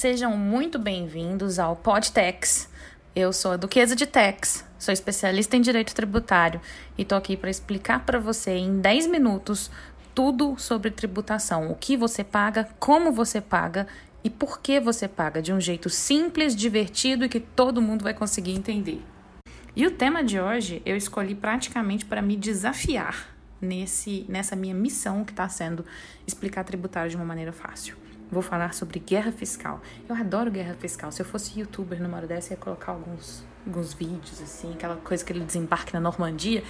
Sejam muito bem-vindos ao PodTex. Eu sou a Duquesa de Tex, sou especialista em direito tributário e estou aqui para explicar para você em 10 minutos tudo sobre tributação, o que você paga, como você paga e por que você paga, de um jeito simples, divertido e que todo mundo vai conseguir entender. E o tema de hoje eu escolhi praticamente para me desafiar nessa minha missão que está sendo explicar tributário de uma maneira fácil. Vou falar sobre guerra fiscal. Eu adoro guerra fiscal. Se eu fosse youtuber numa hora dessa, eu ia colocar alguns vídeos, assim, aquela coisa que ele desembarque na Normandia.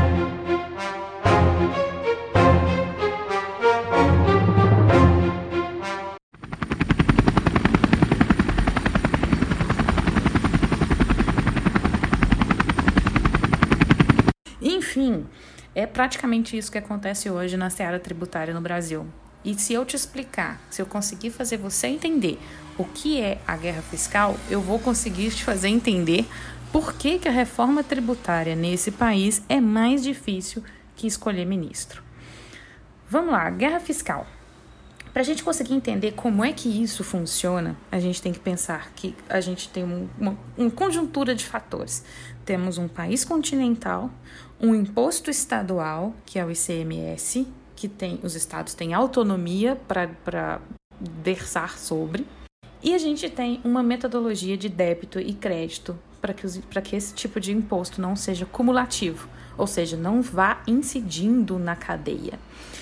Enfim, é praticamente isso que acontece hoje na seara tributária no Brasil. E se eu te explicar, se eu conseguir fazer você entender o que é a guerra fiscal, eu vou conseguir te fazer entender por que a reforma tributária nesse país é mais difícil que escolher ministro. Vamos lá, guerra fiscal. Para a gente conseguir entender como é que isso funciona, a gente tem que pensar que a gente tem uma conjuntura de fatores. Temos um país continental, um imposto estadual, que é o ICMS, que os estados têm autonomia para versar sobre, e a gente tem uma metodologia de débito e crédito para que esse tipo de imposto não seja cumulativo, ou seja, não vá incidindo na cadeia.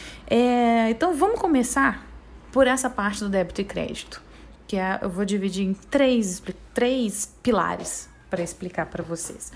Então, vamos começar por essa parte do débito e crédito, que eu vou dividir em três pilares para explicar para vocês.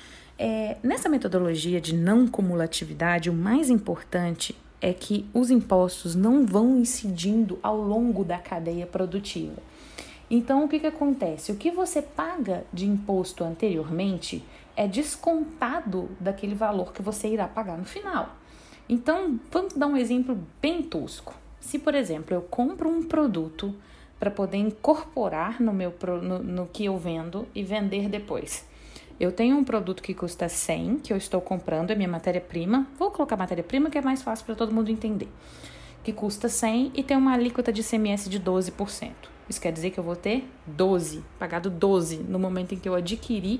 Nessa metodologia de não cumulatividade, o mais importante é que os impostos não vão incidindo ao longo da cadeia produtiva. Então, o que acontece? O que você paga de imposto anteriormente é descontado daquele valor que você irá pagar no final. Então, vamos dar um exemplo bem tosco. Se, por exemplo, eu compro um produto para poder incorporar no que eu vendo e vender depois. Eu tenho um produto que custa 100, que eu estou comprando, é minha matéria-prima. Vou colocar matéria-prima que é mais fácil para todo mundo entender. Que custa 100 e tem uma alíquota de ICMS de 12%. Isso quer dizer que eu vou ter pagado 12 no momento em que eu adquiri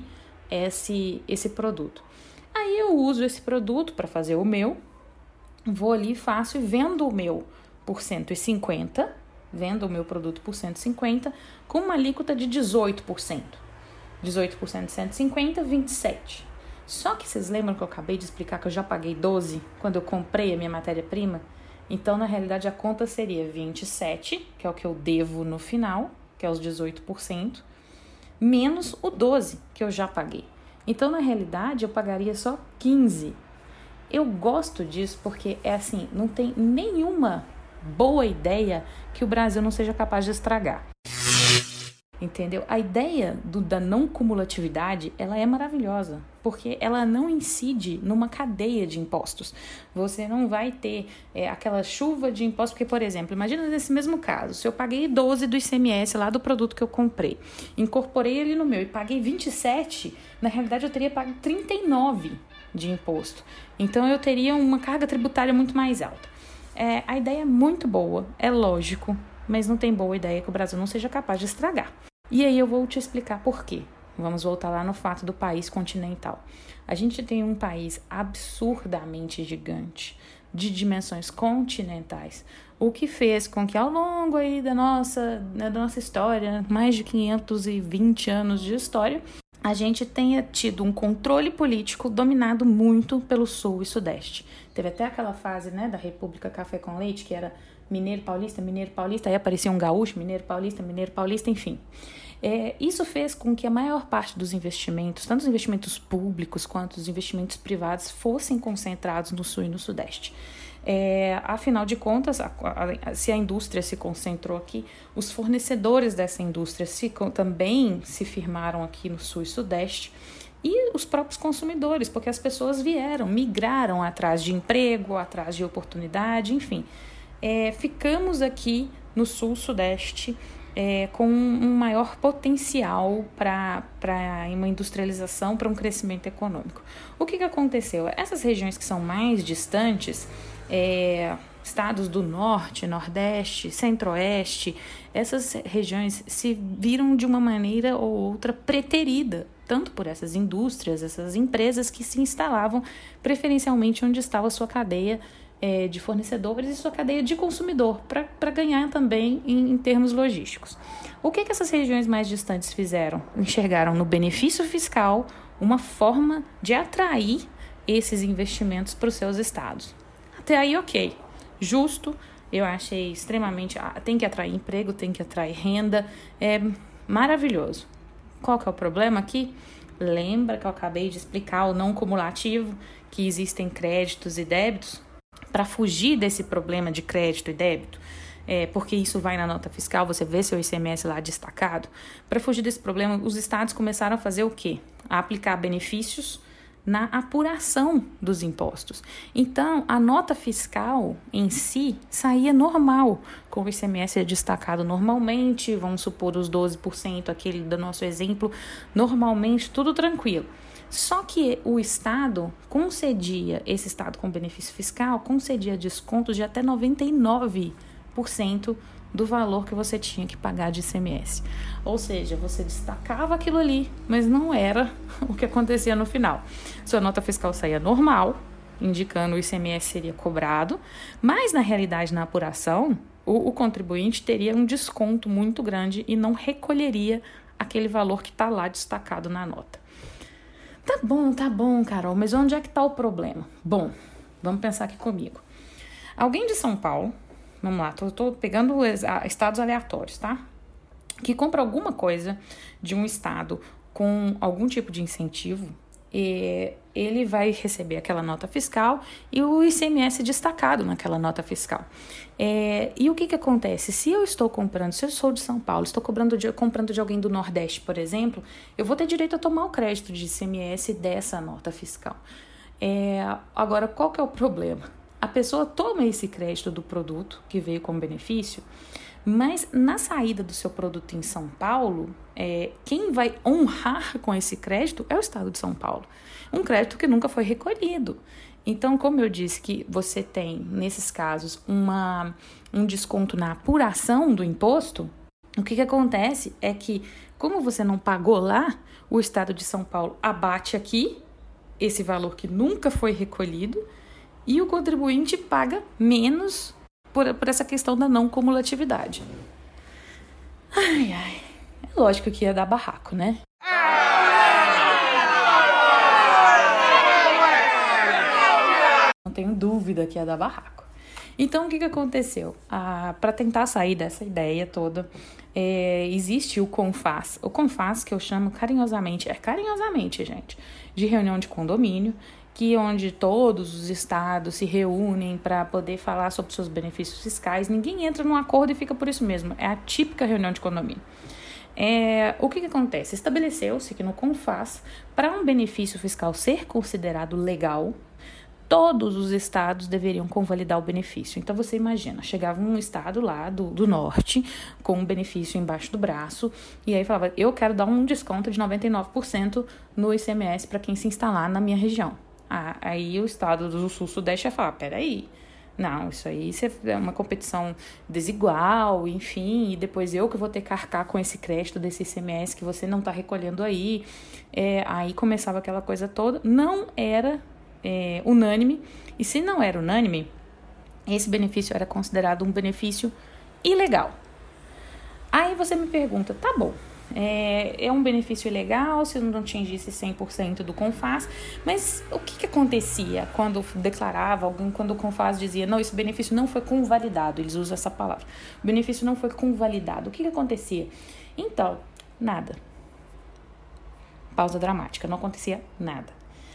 esse produto. Aí eu uso esse produto para fazer o meu, vou ali, faço e vendo o meu por 150, vendo o meu produto por 150, com uma alíquota de 18%. 18% de 150, 27. Só que vocês lembram que eu acabei de explicar que eu já paguei 12 quando eu comprei a minha matéria-prima? Então, na realidade, a conta seria 27, que é o que eu devo no final, que é os 18%, menos o 12, que eu já paguei. Então, na realidade, eu pagaria só 15. Eu gosto disso porque não tem nenhuma boa ideia que o Brasil não seja capaz de estragar. Entendeu? A ideia da não cumulatividade, ela é maravilhosa, porque ela não incide numa cadeia de impostos. Você não vai ter aquela chuva de impostos, porque, por exemplo, imagina nesse mesmo caso, se eu paguei 12 do ICMS lá do produto que eu comprei, incorporei ele no meu e paguei 27, na realidade eu teria pago 39 de imposto. Então eu teria uma carga tributária muito mais alta. A ideia é muito boa, é lógico, mas não tem boa ideia que o Brasil não seja capaz de estragar. E aí eu vou te explicar por quê. Vamos voltar lá no fato do país continental. A gente tem um país absurdamente gigante, de dimensões continentais, o que fez com que ao longo aí da nossa história, mais de 520 anos de história, a gente tenha tido um controle político dominado muito pelo Sul e Sudeste. Teve até aquela fase, da República Café com Leite, que era mineiro paulista, aí aparecia um gaúcho, mineiro paulista, enfim. Isso fez com que a maior parte dos investimentos, tanto os investimentos públicos quanto os investimentos privados, fossem concentrados no Sul e no Sudeste. Afinal de contas, se a indústria se concentrou aqui, os fornecedores dessa indústria também se firmaram aqui no Sul e Sudeste, e os próprios consumidores, porque as pessoas migraram atrás de emprego, atrás de oportunidade, enfim. Ficamos aqui no Sul-Sudeste com um maior potencial para uma industrialização, para um crescimento econômico. O que aconteceu? Essas regiões que são mais distantes, estados do norte, nordeste, centro-oeste, essas regiões se viram de uma maneira ou outra preterida, tanto por essas indústrias, essas empresas que se instalavam preferencialmente onde estava a sua cadeia de fornecedores e sua cadeia de consumidor, para ganhar também em termos logísticos. O que essas regiões mais distantes fizeram? Enxergaram no benefício fiscal uma forma de atrair esses investimentos para os seus estados. Até aí, ok. Justo, eu achei extremamente... tem que atrair emprego, tem que atrair renda, é maravilhoso. Qual que é o problema aqui? Lembra que eu acabei de explicar o não cumulativo, que existem créditos e débitos? Para fugir desse problema de crédito e débito, porque isso vai na nota fiscal, você vê seu ICMS lá destacado. Para fugir desse problema, os estados começaram a fazer o quê? A aplicar benefícios na apuração dos impostos. Então, a nota fiscal em si saía normal, com o ICMS destacado normalmente, vamos supor os 12%, aquele do nosso exemplo, normalmente, tudo tranquilo. Só que o Estado concedia, esse Estado com benefício fiscal, concedia descontos de até 99% do valor que você tinha que pagar de ICMS. Ou seja, você destacava aquilo ali, mas não era o que acontecia no final. Sua nota fiscal saía normal, indicando o ICMS seria cobrado, mas na realidade, na apuração, o contribuinte teria um desconto muito grande e não recolheria aquele valor que está lá destacado na nota. Tá bom, Carol, mas onde é que está o problema? Bom, vamos pensar aqui comigo. Alguém de São Paulo, vamos lá, tô pegando estados aleatórios, tá? Que compra alguma coisa de um estado com algum tipo de incentivo, ele vai receber aquela nota fiscal e o ICMS destacado naquela nota fiscal. E o que acontece? Se eu estou comprando, se eu sou de São Paulo, estou comprando de alguém do Nordeste, por exemplo, eu vou ter direito a tomar o crédito de ICMS dessa nota fiscal. Agora, qual que é o problema? A pessoa toma esse crédito do produto que veio como benefício, mas na saída do seu produto em São Paulo, quem vai honrar com esse crédito é o Estado de São Paulo. Um crédito que nunca foi recolhido. Então, como eu disse que você tem, nesses casos, um desconto na apuração do imposto, o que acontece é que, como você não pagou lá, o Estado de São Paulo abate aqui esse valor que nunca foi recolhido e o contribuinte paga menos por essa questão da não cumulatividade. Ai, é lógico que ia dar barraco, né? Não tenho dúvida que ia dar barraco. Então, o que aconteceu? Para tentar sair dessa ideia toda, existe o CONFAS. O CONFAS, que eu chamo carinhosamente, gente, de reunião de condomínio, onde todos os estados se reúnem para poder falar sobre seus benefícios fiscais. Ninguém entra num acordo e fica por isso mesmo. É a típica reunião de condomínio. O que acontece? Estabeleceu-se que no CONFAS, para um benefício fiscal ser considerado legal, todos os estados deveriam convalidar o benefício. Então, você imagina, chegava um estado lá do norte, com um benefício embaixo do braço, e aí falava, eu quero dar um desconto de 99% no ICMS para quem se instalar na minha região. Aí o estado do sul-sudeste ia falar, peraí, não, isso aí é uma competição desigual, enfim, e depois eu que vou ter que arcar com esse crédito desse ICMS que você não está recolhendo aí. Aí começava aquela coisa toda, não era unânime, e se não era unânime, esse benefício era considerado um benefício ilegal. Aí você me pergunta, tá bom, é um benefício ilegal se não atingisse 100% do CONFAS, mas o que acontecia quando declarava, quando o CONFAS dizia, não, esse benefício não foi convalidado, eles usam essa palavra, o benefício não foi convalidado, o que acontecia? Então, nada. Pausa dramática, não acontecia nada.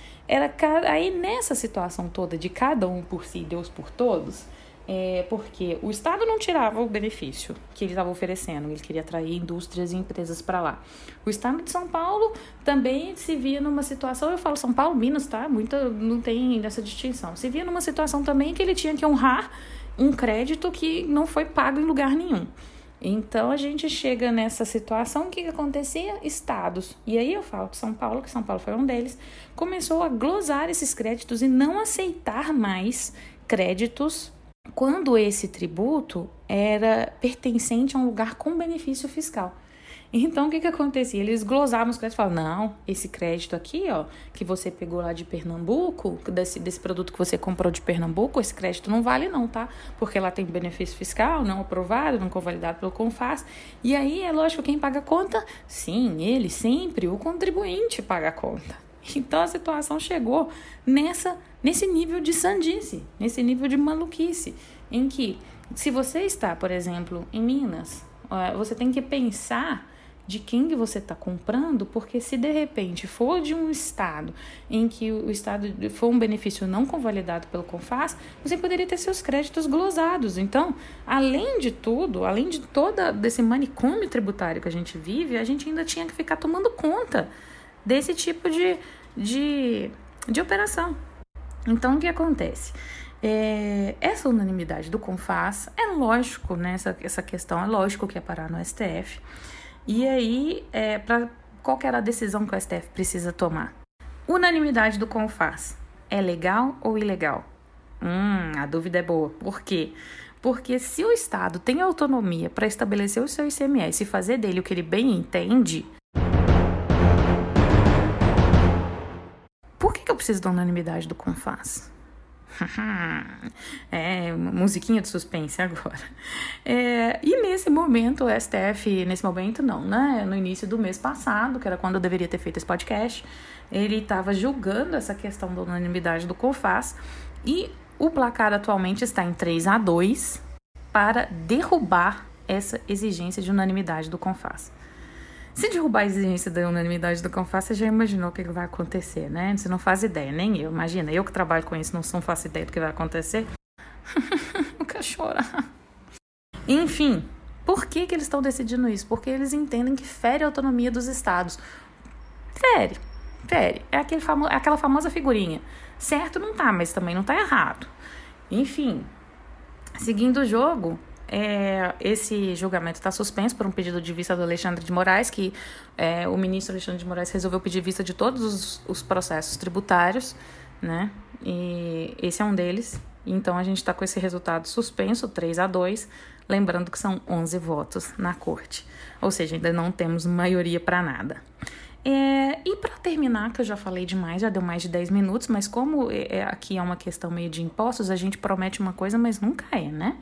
Aí nessa situação toda de cada um por si, Deus por todos, porque o Estado não tirava o benefício que ele estava oferecendo, ele queria atrair indústrias e empresas para lá. O Estado de São Paulo também se via numa situação, eu falo São Paulo, Minas, tá? Não tem essa distinção. Se via numa situação também que ele tinha que honrar um crédito que não foi pago em lugar nenhum. Então, a gente chega nessa situação, o que acontecia? Estados. E aí eu falo de São Paulo, que São Paulo foi um deles, começou a glosar esses créditos e não aceitar mais créditos quando esse tributo era pertencente a um lugar com benefício fiscal. Então, o que acontecia? Eles glosavam os créditos e falavam, não, esse crédito aqui, ó, que você pegou lá de Pernambuco, desse produto que você comprou de Pernambuco, esse crédito não vale não, tá? Porque lá tem benefício fiscal, não aprovado, não convalidado pelo CONFAS. E aí, é lógico, quem paga a conta? Sim, ele sempre, o contribuinte paga a conta. Então, a situação chegou nesse nível de sandice, nesse nível de maluquice, em que, se você está, por exemplo, em Minas, você tem que pensar de quem que você está comprando, porque se de repente for de um estado em que o estado for um benefício não convalidado pelo CONFAS, você poderia ter seus créditos glosados. Então, além de tudo, além de todo desse manicômio tributário que a gente vive, a gente ainda tinha que ficar tomando conta desse tipo de operação. Então, o que acontece? Essa unanimidade do CONFAS, é lógico, né, essa questão é lógico que é parar no STF. E aí, qual que era a decisão que o STF precisa tomar? Unanimidade do CONFAS, é legal ou ilegal? A dúvida é boa. Por quê? Porque se o Estado tem autonomia para estabelecer o seu ICMS e fazer dele o que ele bem entende, por que eu preciso da unanimidade do CONFAS? Musiquinha de suspense agora. E nesse momento, o STF, no início do mês passado, que era quando eu deveria ter feito esse podcast, ele estava julgando essa questão da unanimidade do CONFAS e o placar atualmente está em 3-2 para derrubar essa exigência de unanimidade do CONFAS. Se derrubar a exigência da unanimidade do CONFAS, você já imaginou o que vai acontecer, né? Você não faz ideia, nem eu. Imagina, eu que trabalho com isso, não faço ideia do que vai acontecer. Não quero chorar. Enfim, por que eles estão decidindo isso? Porque eles entendem que fere a autonomia dos estados. Fere. É aquela famosa figurinha. Certo não tá, mas também não tá errado. Enfim, seguindo o jogo, esse julgamento está suspenso por um pedido de vista do Alexandre de Moraes, que o ministro Alexandre de Moraes resolveu pedir vista de todos os processos tributários, né? E esse é um deles. Então, a gente está com esse resultado suspenso, 3-2, lembrando que são 11 votos na corte. Ou seja, ainda não temos maioria para nada. E para terminar, que eu já falei demais, já deu mais de 10 minutos, mas como aqui é uma questão meio de impostos, a gente promete uma coisa, mas nunca é, né?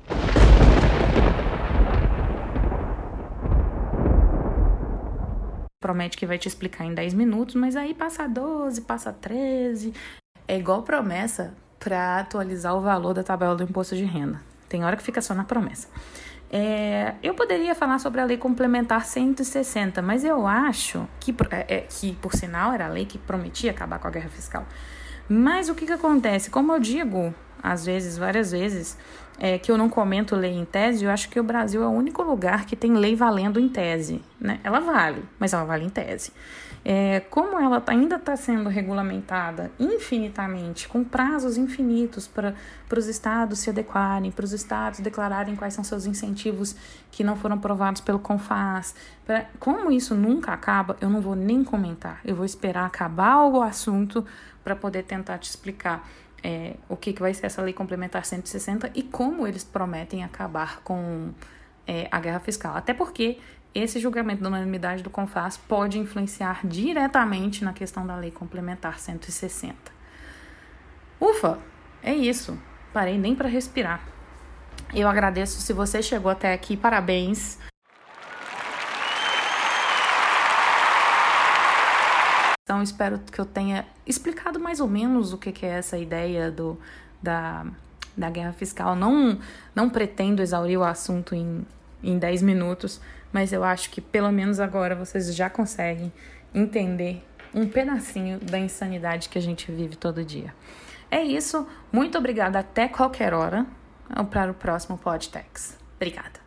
Promete que vai te explicar em 10 minutos, mas aí passa 12, passa 13. É igual promessa para atualizar o valor da tabela do imposto de renda. Tem hora que fica só na promessa. Eu poderia falar sobre a lei complementar 160, mas eu acho que por sinal, era a lei que prometia acabar com a guerra fiscal. Mas o que acontece? Como eu digo, às vezes, várias vezes, que eu não comento lei em tese, eu acho que o Brasil é o único lugar que tem lei valendo em tese, né? Ela vale, mas ela vale em tese. Como ela ainda está sendo regulamentada infinitamente, com prazos infinitos para os estados se adequarem, para os estados declararem quais são seus incentivos que não foram aprovados pelo CONFAS, como isso nunca acaba, eu não vou nem comentar, eu vou esperar acabar o assunto para poder tentar te explicar o que vai ser essa lei complementar 160 e como eles prometem acabar com a guerra fiscal. Até porque esse julgamento da unanimidade do CONFAS pode influenciar diretamente na questão da lei complementar 160. Ufa, é isso. Parei nem para respirar. Eu agradeço se você chegou até aqui, parabéns. Então, espero que eu tenha explicado mais ou menos o que é essa ideia da guerra fiscal. Não pretendo exaurir o assunto em 10 minutos, mas eu acho que pelo menos agora vocês já conseguem entender um pedacinho da insanidade que a gente vive todo dia. É isso, muito obrigada, até qualquer hora, para o próximo Podtex. Obrigada.